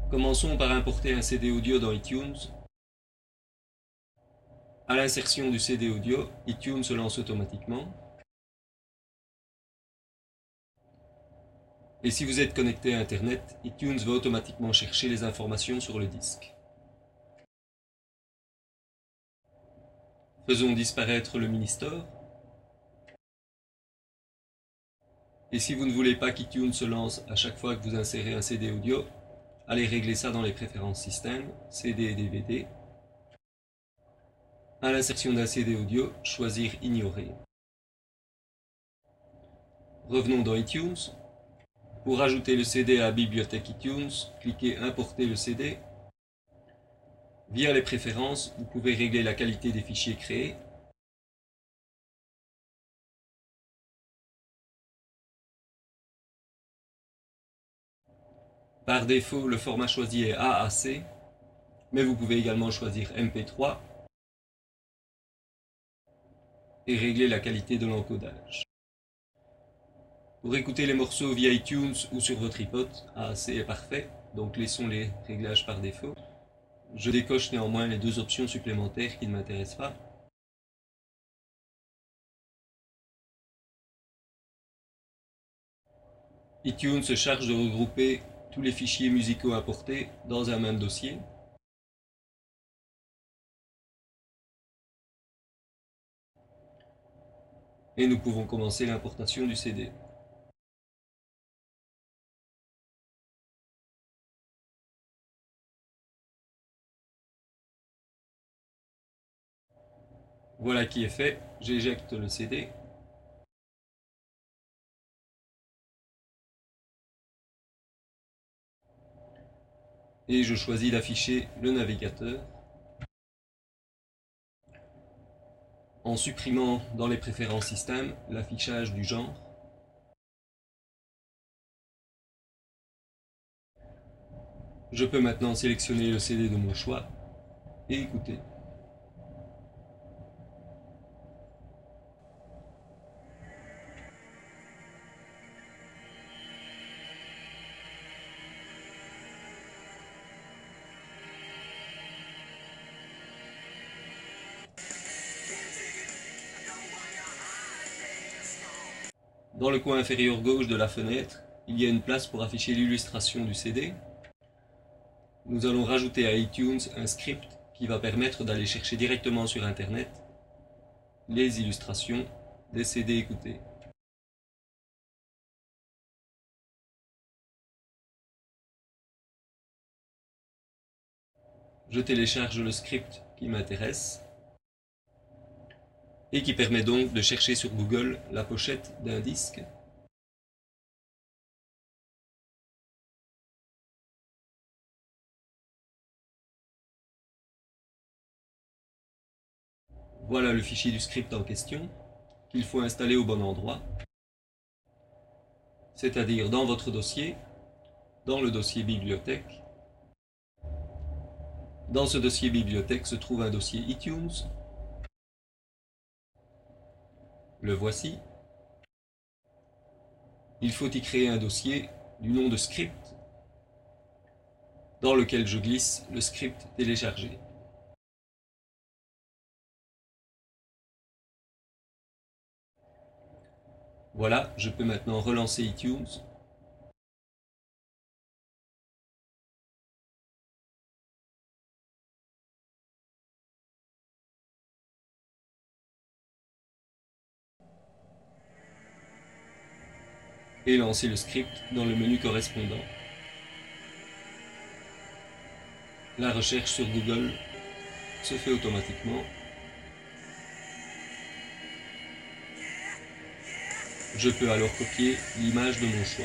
Commençons par importer un CD audio dans iTunes. À l'insertion du CD audio, iTunes se lance automatiquement. Et si vous êtes connecté à Internet, iTunes va automatiquement chercher les informations sur le disque. Faisons disparaître le mini-store. Et si vous ne voulez pas qu'iTunes se lance à chaque fois que vous insérez un CD audio, allez régler ça dans les préférences système, CD et DVD. À l'insertion d'un CD audio, choisir Ignorer. Revenons dans iTunes. Pour ajouter le CD à la bibliothèque iTunes, cliquez Importer le CD. Via les préférences, vous pouvez régler la qualité des fichiers créés. Par défaut, le format choisi est AAC, mais vous pouvez également choisir MP3 et régler la qualité de l'encodage. Pour écouter les morceaux via iTunes ou sur votre iPod, AAC est parfait, donc laissons les réglages par défaut. Je décoche néanmoins les deux options supplémentaires qui ne m'intéressent pas. iTunes se charge de regrouper tous les fichiers musicaux importés dans un même dossier. Et nous pouvons commencer l'importation du CD. Voilà qui est fait, j'éjecte le CD. Et je choisis d'afficher le navigateur en supprimant dans les préférences système l'affichage du genre. Je peux maintenant sélectionner le CD de mon choix et écouter. Dans le coin inférieur gauche de la fenêtre, il y a une place pour afficher l'illustration du CD. Nous allons rajouter à iTunes un script qui va permettre d'aller chercher directement sur Internet les illustrations des CD écoutés. Je télécharge le script qui m'intéresse et qui permet donc de chercher sur Google la pochette d'un disque. Voilà le fichier du script en question, qu'il faut installer au bon endroit, c'est-à-dire dans votre dossier, dans le dossier bibliothèque. Dans ce dossier bibliothèque se trouve un dossier iTunes. Le voici. Il faut y créer un dossier du nom de script dans lequel je glisse le script téléchargé. Voilà, je peux maintenant relancer iTunes. Et lancer le script dans le menu correspondant. La recherche sur Google se fait automatiquement. Je peux alors copier l'image de mon choix.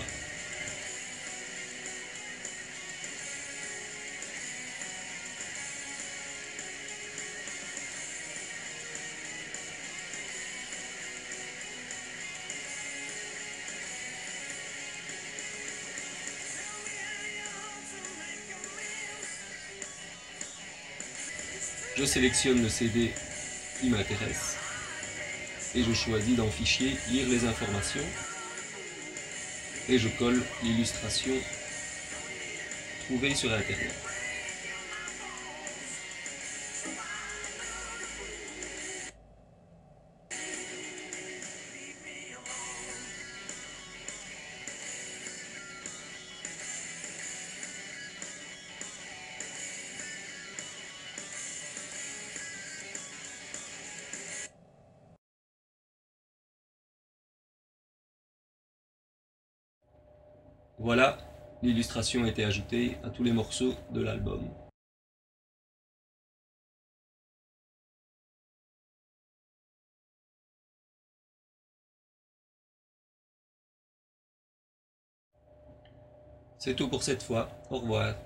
Je sélectionne le CD qui m'intéresse et je choisis dans Fichier, Lire les informations et je colle l'illustration trouver sur Internet. Voilà, l'illustration a été ajoutée à tous les morceaux de l'album. C'est tout pour cette fois, au revoir.